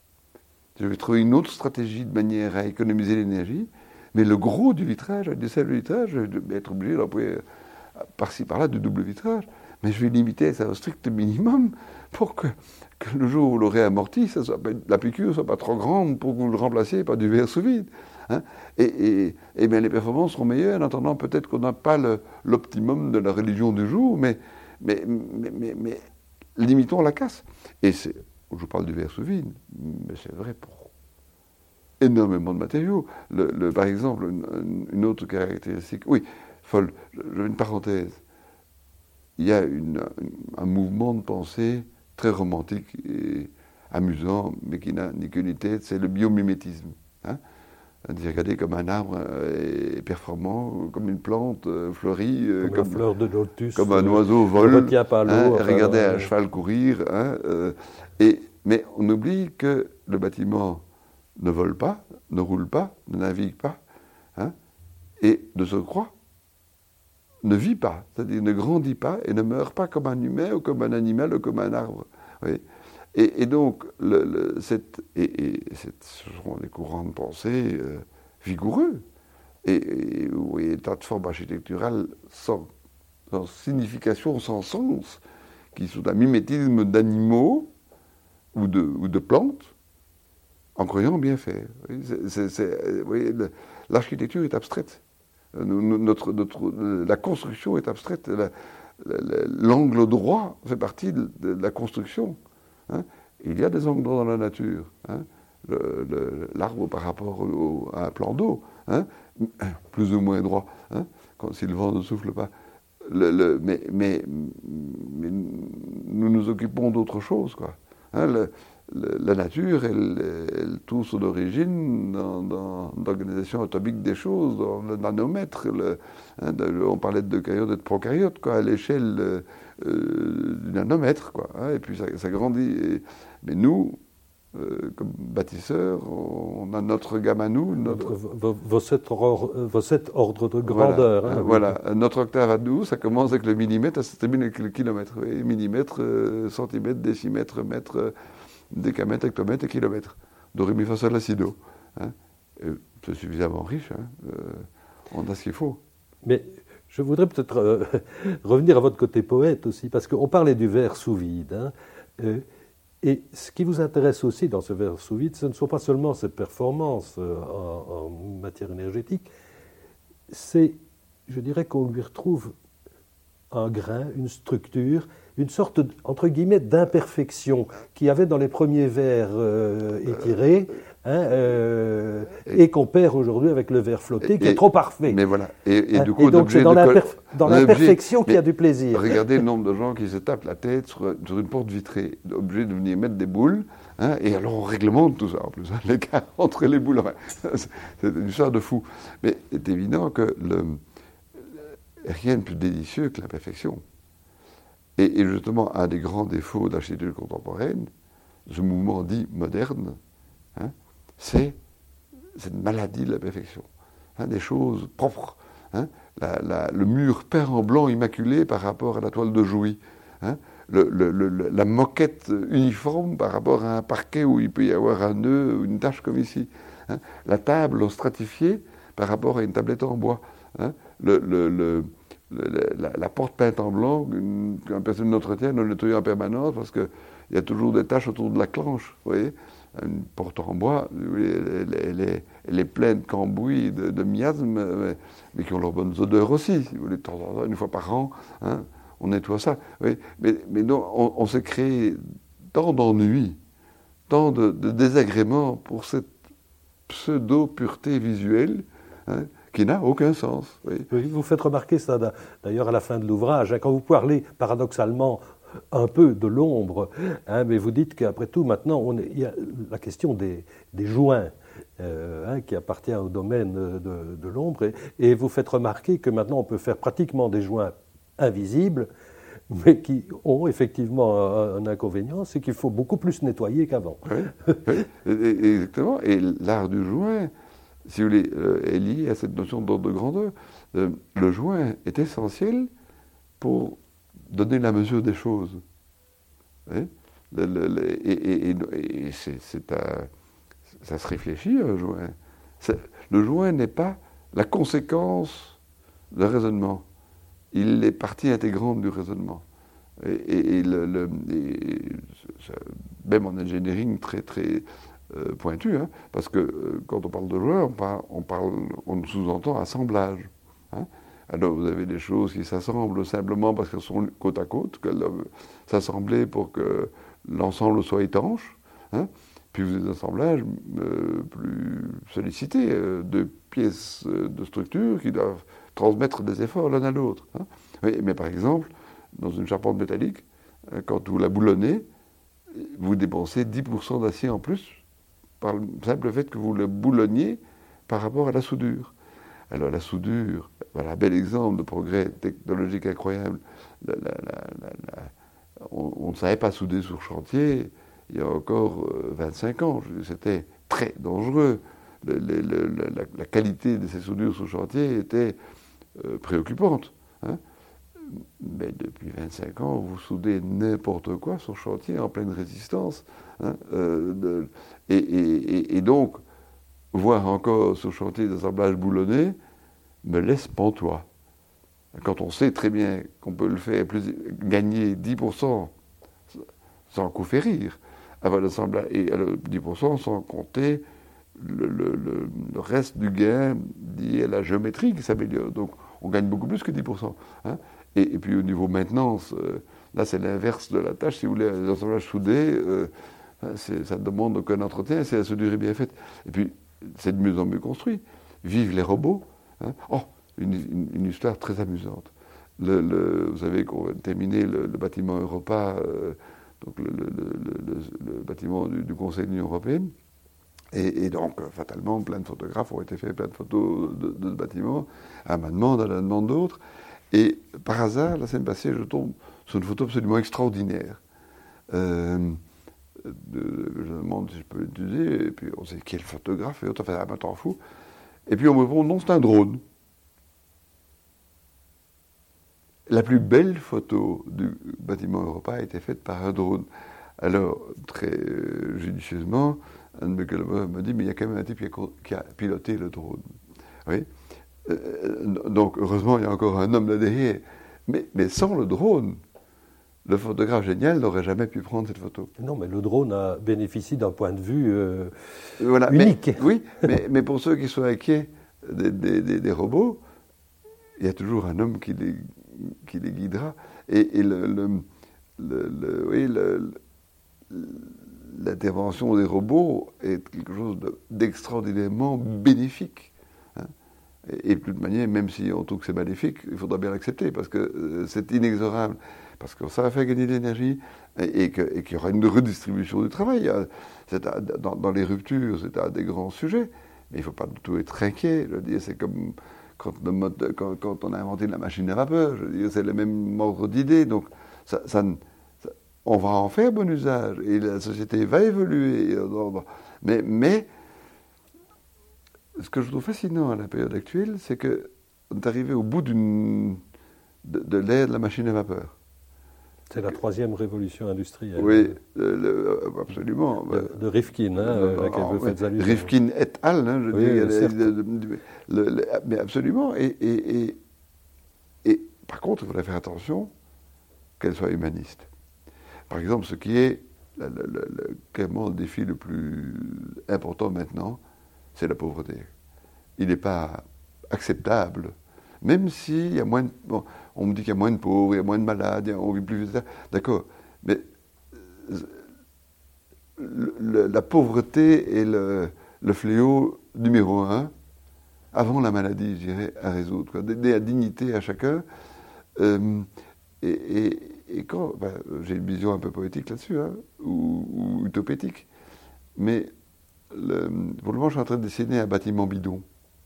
Je vais trouver une autre stratégie de manière à économiser l'énergie. Mais le gros du vitrage, du simple vitrage, je vais être obligé d'employer par-ci par-là du double vitrage. Mais je vais limiter ça au strict minimum pour que, que le jour où vous l'aurez amorti, ça soit pas, la piqûre ne soit pas trop grande pour que vous le remplaciez par du verre sous vide. Hein. Et, et, et bien les performances seront meilleures, en attendant peut-être qu'on n'a pas le, l'optimum de la religion du jour, mais, mais, mais, mais, mais limitons la casse. Et c'est, je parle du verre sous vide, mais c'est vrai pour énormément de matériaux. Le, le, par exemple, une, une autre caractéristique, oui, folle, une parenthèse. Il y a une, un mouvement de pensée très romantique et amusant, mais qui n'a ni queue ni tête, c'est le biomimétisme. Hein. Regardez comme un arbre est performant, comme une plante fleurie, comme, comme, la fleur de lotus, comme un oiseau vole. Pas l'eau, hein, enfin, regardez euh, un cheval courir. Hein, euh, et, mais on oublie que le bâtiment ne vole pas, ne roule pas, ne navigue pas, hein, et de surcroît, ne vit pas, c'est-à-dire ne grandit pas et ne meurt pas comme un humain ou comme un animal ou comme un arbre. Oui. Et, et donc, le, le, cette, et, et cette, ce sont des courants de pensée euh, vigoureux. Et, et vous voyez des tas de formes architecturales sans, sans signification, sans sens, qui sont un mimétisme d'animaux ou de, ou de plantes, en croyant bien faire. C'est, c'est, c'est, vous voyez, le, l'architecture est abstraite. Notre, notre, la construction est abstraite. La, la, l'angle droit fait partie de, de la construction. Hein. Il y a des angles droits dans la nature. Hein. Le, le, l'arbre par rapport au, à un plan d'eau, hein, plus ou moins droit, hein, quand, si le vent ne souffle pas. Le, le, mais, mais, mais nous nous occupons d'autre chose, quoi. Hein, le, le, la nature, elle, elle trouve son origine dans, dans l'organisation atomique des choses, dans le nanomètre. Le, hein, de, on parlait de eucaryotes et de prokaryotes, quoi, à l'échelle euh, du nanomètre, quoi. Hein, et puis ça, ça grandit. Et, mais nous, euh, comme bâtisseurs, on a notre gamme à nous. Notre... Vos, vos, sept or, vos sept ordres de grandeur. Voilà, hein, voilà. Notre octave à nous, ça commence avec le millimètre, ça se termine avec le kilomètre. Oui, millimètre, euh, centimètre, décimètre, mètre, euh, décamètre, hectomètre et kilomètre. Do, ré, mi, fa, sol, la, si, do. Hein. C'est suffisamment riche. Hein. Euh, on a ce qu'il faut. Mais je voudrais peut-être euh, revenir à votre côté poète aussi, parce qu'on parlait du verre sous vide. Hein, euh, Et ce qui vous intéresse aussi dans ce verre sous vide, ce ne sont pas seulement ses performances euh, en, en matière énergétique, c'est, je dirais qu'on lui retrouve un grain, une structure, une sorte, entre guillemets, d'imperfection qu'il y avait dans les premiers vers euh, étirés, hein, euh, et, et qu'on perd aujourd'hui avec le vers flotté, et, qui est trop parfait. Mais voilà. Et, et hein, du coup, et donc c'est dans, l'imperf- dans l'imperfection qu'il y a du plaisir. Regardez le nombre de gens qui se tapent la tête sur, sur une porte vitrée, obligés de venir mettre des boules, hein, et alors on réglemente tout ça en plus, hein, l'écart entre les boules. Enfin, c'est une histoire de fou. Mais c'est évident que le, rien de plus délicieux que l'imperfection. Et, et justement, un des grands défauts de l'architecture contemporaine, ce mouvement dit moderne, hein, c'est cette maladie de la perfection. Hein, des choses propres. Hein, la, la, le mur peint en blanc immaculé par rapport à la toile de Jouy. Hein, le, le, le, la moquette uniforme par rapport à un parquet où il peut y avoir un nœud ou une tache comme ici. Hein, la table en stratifié par rapport à une tablette en bois. Hein, le... le, le La, la porte peinte en blanc, qu'une personne d'entretien doit nettoyer en permanence parce qu'il y a toujours des taches autour de la clenche. Vous voyez, une porte en bois, elle, elle, est, elle est pleine de cambouis, de, de miasmes, mais, mais qui ont leurs bonnes odeurs aussi. Si vous voulez, de temps en temps, une fois par an, hein, on nettoie ça. Oui, mais, mais non, on, on s'est créé tant d'ennuis, tant de, de désagréments pour cette pseudo-pureté visuelle, hein, qui n'a aucun sens. Oui. Oui, vous faites remarquer ça d'ailleurs à la fin de l'ouvrage, hein, quand vous parlez paradoxalement un peu de l'ombre, hein, mais vous dites qu'après tout, maintenant, on est, il y a la question des, des joints euh, hein, qui appartient au domaine de, de l'ombre, et, et vous faites remarquer que maintenant on peut faire pratiquement des joints invisibles, mais qui ont effectivement un, un inconvénient, c'est qu'il faut beaucoup plus nettoyer qu'avant. Oui, oui, exactement. Et l'art du joint, si vous voulez, euh, est lié à cette notion d'ordre de grandeur. Euh, le joint est essentiel pour donner la mesure des choses. Hein, le, le, le, et et, et c'est, c'est un, ça se réfléchit, un joint. C'est, le joint n'est pas la conséquence d'un raisonnement. Il est partie intégrante du raisonnement. Et, et, et, le, le, et ça, même en engineering très très euh, pointu, hein, parce que euh, quand on parle de joint, on, parle, on, parle, on sous-entend assemblage. Hein. Alors vous avez des choses qui s'assemblent simplement parce qu'elles sont côte à côte, qu'elles doivent s'assembler pour que l'ensemble soit étanche. Hein. Puis vous avez des assemblages euh, plus sollicités, euh, de pièces euh, de structure qui doivent transmettre des efforts l'un à l'autre. Hein. Oui, mais par exemple, dans une charpente métallique, euh, quand vous la boulonnez, vous dépensez dix pour cent d'acier en plus par le simple fait que vous le boulonniez par rapport à la soudure. Alors la soudure, voilà un bel exemple de progrès technologique incroyable. La, la, la, la, on, on ne savait pas souder sur chantier il y a encore euh, vingt-cinq ans. C'était très dangereux. Le, le, le, la, la qualité de ces soudures sur chantier était euh, préoccupante. Hein. Mais depuis vingt-cinq ans, vous soudez n'importe quoi sur chantier en pleine résistance. Hein, euh, de, et, et, et donc, voir encore sur chantier d'assemblage boulonné me laisse pantois. Quand on sait très bien qu'on peut le faire plus, gagner dix pour cent sans coup férir, avant l'assemblage, et alors, dix pour cent sans compter le, le, le, le reste du gain lié à la géométrie qui s'améliore. Donc, on gagne beaucoup plus que dix pour cent. Hein. Et, et puis, au niveau maintenance, euh, là, c'est l'inverse de la tâche. Si vous voulez, les assemblages soudés, euh, c'est, ça ne demande aucun entretien, c'est la soudure est bien faite. Et puis, c'est de mieux en mieux construit. Vivent les robots. Hein. Oh, une, une, une histoire très amusante. Le, le, vous savez qu'on va terminer le, le bâtiment Europa, euh, donc le, le, le, le bâtiment du, du Conseil de l'Union européenne. Et, et donc, fatalement, plein de photographes ont été faits, plein de photos de, de ce bâtiment, à ma demande, à la demande d'autres. Et par hasard, la semaine passée, je tombe sur une photo absolument extraordinaire. Euh, de, je me demande si je peux l'utiliser, et puis on sait qui est le photographe, et autres, enfin, un temps fou. Et puis on me répond, non, c'est un drone. La plus belle photo du bâtiment Europa a été faite par un drone. Alors, très euh, judicieusement, un de mes collaborateurs me dit, mais il y a quand même un type qui a, qui a piloté le drone. Oui. Euh, donc, heureusement, il y a encore un homme là derrière. Mais, mais sans le drone, le photographe génial n'aurait jamais pu prendre cette photo. Non, mais le drone a bénéficié d'un point de vue euh, voilà, unique. Mais, oui, mais, mais pour ceux qui sont inquiets des, des, des, des robots, il y a toujours un homme qui les qui les guidera. Et, et le, le, le, le, oui, le, l'intervention des robots est quelque chose de, d'extraordinairement bénéfique. Hein. Et, et de toute manière, même si on trouve que c'est maléfique, il faudra bien l'accepter, parce que euh, c'est inexorable. Parce que ça va faire gagner de l'énergie et, et, que, et qu'il y aura une redistribution du travail. C'est à, dans, dans les ruptures, c'est un des grands sujets. Mais il ne faut pas du tout être inquiet. Je veux dire, c'est comme quand, le mode, quand, quand on a inventé la machine à vapeur. Je veux dire, c'est le même ordre d'idées. Donc, ça, ça, ça, on va en faire bon usage. Et la société va évoluer. Mais, mais ce que je trouve fascinant à la période actuelle, c'est qu'on est arrivé au bout d'une, de, de l'ère de la machine à vapeur. C'est la troisième révolution industrielle. Oui, le, le, absolument. De, de Rifkin, hein, euh, à laquelle oh, vous faites allusion. Rifkin et al., hein, je oui, dis, oui, le, le, le, le, mais absolument. Et, et, et, et par contre, il faudrait faire attention qu'elle soit humaniste. Par exemple, ce qui est le, le, le, clairement le défi le plus important maintenant, c'est la pauvreté. Il n'est pas acceptable. Même s'il y a moins de... Bon, on me dit qu'il y a moins de pauvres, il y a moins de malades, on vit plus vite, d'accord. Mais le, le, la pauvreté est le, le fléau numéro un, avant la maladie, je dirais, à résoudre. Quoi. Donner la dignité à chacun. Euh, et, et, et quand... Ben, j'ai une vision un peu poétique là-dessus, hein, ou, ou utopétique. Mais le, pour le moment, je suis en train de dessiner un bâtiment bidon.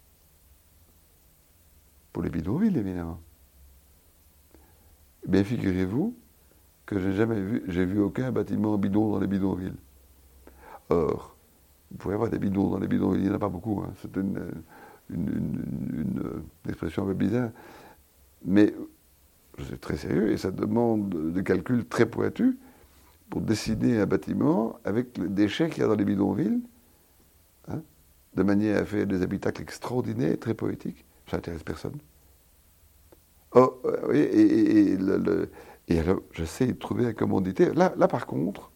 Pour les bidonvilles, évidemment. Eh bien, figurez-vous que j'ai jamais vu, j'ai vu aucun bâtiment bidon dans les bidonvilles. Or, vous pouvez avoir des bidons dans les bidonvilles, il n'y en a pas beaucoup, hein. C'est une, une, une, une, une expression un peu bizarre. Mais je suis très sérieux et ça demande des calculs très pointus pour dessiner un bâtiment avec les déchets qu'il y a dans les bidonvilles, hein, de manière à faire des habitacles extraordinaires, très poétiques. Ça n'intéresse personne. Oh, oui, et, et, et, le, le, et alors, j'essaie de trouver un commanditaire. Là, là, par contre,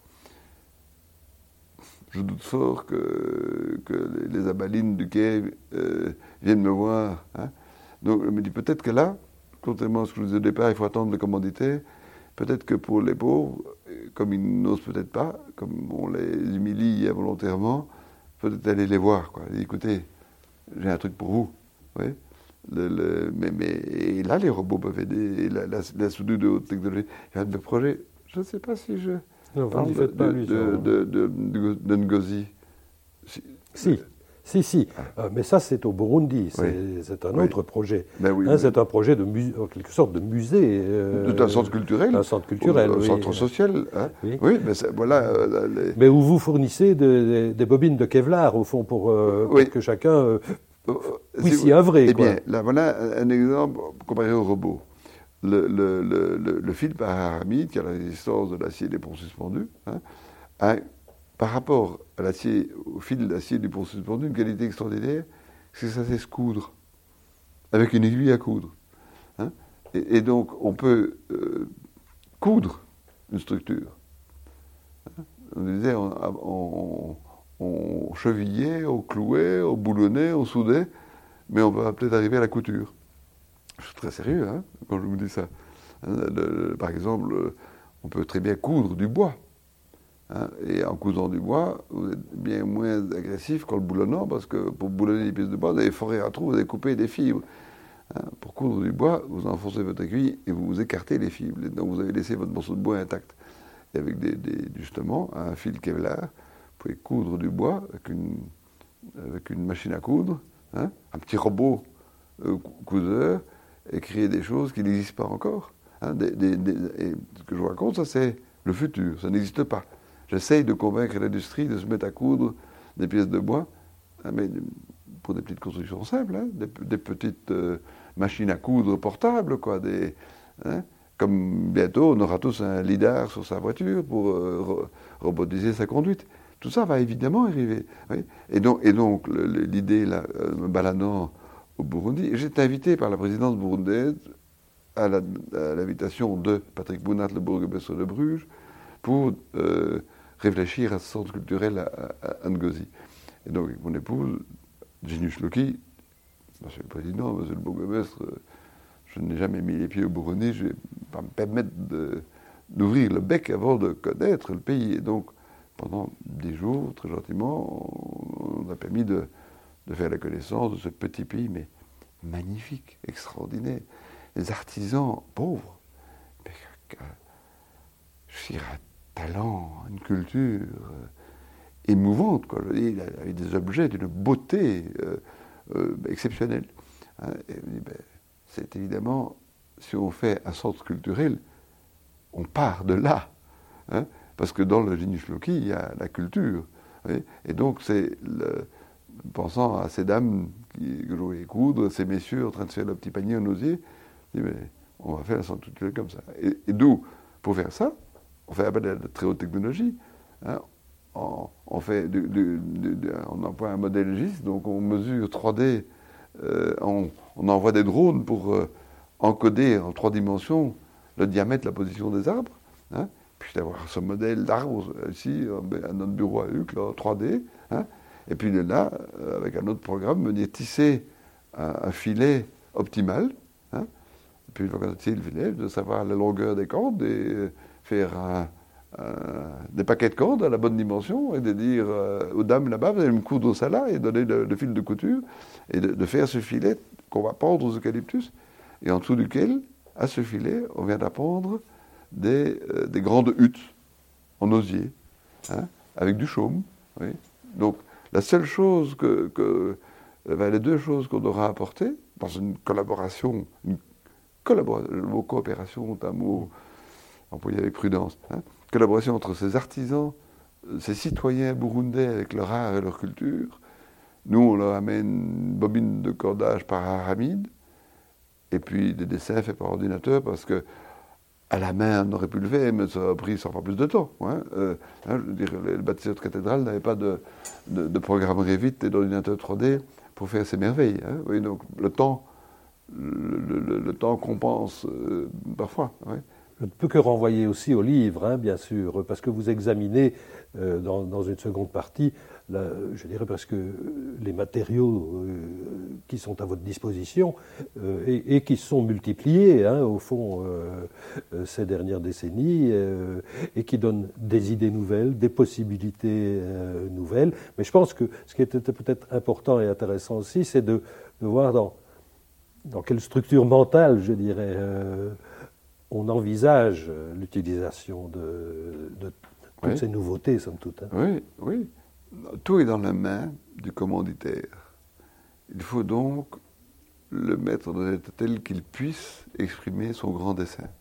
je doute fort que, que les abalines du quai euh, viennent me voir. Hein. Donc, je me dis peut-être que là, contrairement à ce que je disais au départ, il faut attendre le commanditaire. Peut-être que pour les pauvres, comme ils n'osent peut-être pas, comme on les humilie involontairement, peut-être aller les voir. Quoi. Et écoutez, j'ai un truc pour vous. Oui. Le, le, mais, mais, et là, les robots peuvent aider. La, la, la soudure de haute technologie. Il y a un projet, je ne sais pas si je non, parle vous de, de, de, de, de, de, de Ngozi. Si, si, si. si. Ah. Euh, mais ça, c'est au Burundi. C'est, oui. c'est un oui. autre projet. Ben oui, hein, mais... C'est un projet de musée, en quelque sorte de musée. Euh, d'un centre culturel. Un centre culturel, Un oui. centre social. Hein. Oui. oui, mais voilà. Euh, les... Mais où vous fournissez de, de, des bobines de Kevlar, au fond, pour, euh, oui. pour que chacun... Euh, oui, si s'y œuvrer. Eh quoi. bien, là, voilà un exemple comparé au robot. Le, le, le, le, le fil par aramide, qui a la résistance de l'acier des ponts suspendus, hein, a, par rapport à l'acier, au fil d'acier du pont suspendu, une qualité extraordinaire, c'est que ça sait se coudre, avec une aiguille à coudre. Hein. Et, et donc, on peut euh, coudre une structure. Hein. On disait, on, on, on chevillait, on clouait, on boulonnait, on soudait, mais on va peut-être arriver à la couture. Je suis très sérieux hein, quand je vous dis ça. Le, le, par exemple, on peut très bien coudre du bois. Hein, et en cousant du bois, vous êtes bien moins agressif qu'en le boulonnant, parce que pour boulonner des pièces de bois, vous avez foré un trou, vous avez coupé des fibres. Hein, pour coudre du bois, vous enfoncez votre aiguille et vous vous écartez les fibres. Donc vous avez laissé votre morceau de bois intact. Et avec des, des, justement un fil Kevlar, vous pouvez coudre du bois avec une, avec une machine à coudre, hein, un petit robot euh, couseur, et créer des choses qui n'existent pas encore. Hein, des, des, des, et ce que je vous raconte, ça c'est le futur, ça n'existe pas. J'essaye de convaincre l'industrie de se mettre à coudre des pièces de bois, hein, mais pour des petites constructions simples, hein, des, des petites euh, machines à coudre portables, quoi, des, hein, comme bientôt on aura tous un lidar sur sa voiture pour euh, ro- robotiser sa conduite. Tout ça va évidemment arriver. Oui. Et donc, et donc le, le, l'idée, là, euh, me baladant au Burundi, j'étais invité par la présidence burundaise à, la, à l'invitation de Patrick Bounat, le bourgmestre de Bruges, pour euh, réfléchir à ce centre culturel à, à, à Ngozi. Et donc, avec mon épouse, Ginus Loki, monsieur le président, monsieur le bourgmestre, je n'ai jamais mis les pieds au Burundi, je ne vais pas me permettre de, d'ouvrir le bec avant de connaître le pays. Et donc, pendant dix jours, très gentiment, on, on a permis de, de faire la connaissance de ce petit pays, mais magnifique, extraordinaire. Les artisans pauvres, mais, euh, je dirais, un talent, une culture euh, émouvante, quoi. Il avait des objets d'une beauté euh, euh, exceptionnelle. Hein. Et on dit, ben, c'est évidemment, si on fait un centre culturel, on part de là. Hein, parce que dans le Genius Loci, il y a la culture. Oui, et donc, c'est le, pensant à ces dames qui jouaient coudre, ces messieurs en train de faire le petit panier en osier, je dis, mais on va faire un centre culturel comme ça. Et, et d'où, pour faire ça, on fait appel à la très haute technologie. Hein, on, on, fait du, du, du, du, on emploie un modèle G I S, donc on mesure trois D, euh, on, on envoie des drones pour euh, encoder en trois dimensions le diamètre, la position des arbres. Hein, puis d'avoir ce modèle d'arbre ici, à notre bureau à Uccle, en trois D. Hein, et puis de là, avec un autre programme, venir tisser un, un filet optimal. Hein, et puis une fois qu'on a tissé le filet, de savoir la longueur des cordes et faire un, un, des paquets de cordes à la bonne dimension et de dire euh, aux dames là-bas, vous allez me coudre ça là et donner le, le fil de couture et de, de faire ce filet qu'on va pendre aux eucalyptus et en dessous duquel, à ce filet, on vient d'apprendre des, euh, des grandes huttes en osier, hein, avec du chaume. Oui. Donc, la seule chose que, que ben, les deux choses qu'on aura apportées dans une collaboration, une collaboration, le mot coopération est un mot employé avec prudence, hein, collaboration entre ces artisans, ces citoyens burundais avec leur art et leur culture. Nous, on leur amène une bobine de cordage par aramide, et puis des dessins faits par ordinateur, parce que à la main, on aurait pu le faire, mais ça a pris cent fois plus de temps. Hein. Euh, hein, je veux dire, le bâtisseur de cathédrale n'avait pas de, de, de programme Revit et d'ordinateur trois D pour faire ces merveilles. Hein. Oui, donc le temps, le, le, le temps compense euh, parfois. Oui. Je ne peux que renvoyer aussi au livre, hein, bien sûr, parce que vous examinez euh, dans, dans une seconde partie, la, je dirais presque les matériaux euh, qui sont à votre disposition euh, et, et qui se sont multipliés, hein, au fond, euh, euh, ces dernières décennies, euh, et qui donnent des idées nouvelles, des possibilités euh, nouvelles. Mais je pense que ce qui était peut-être important et intéressant aussi, c'est de, de voir dans, dans quelle structure mentale, je dirais, euh, on envisage l'utilisation de, de toutes oui. ces nouveautés, somme toute. Hein. Oui, oui. Tout est dans la main du commanditaire. Il faut donc le mettre dans un état tel qu'il puisse exprimer son grand dessein.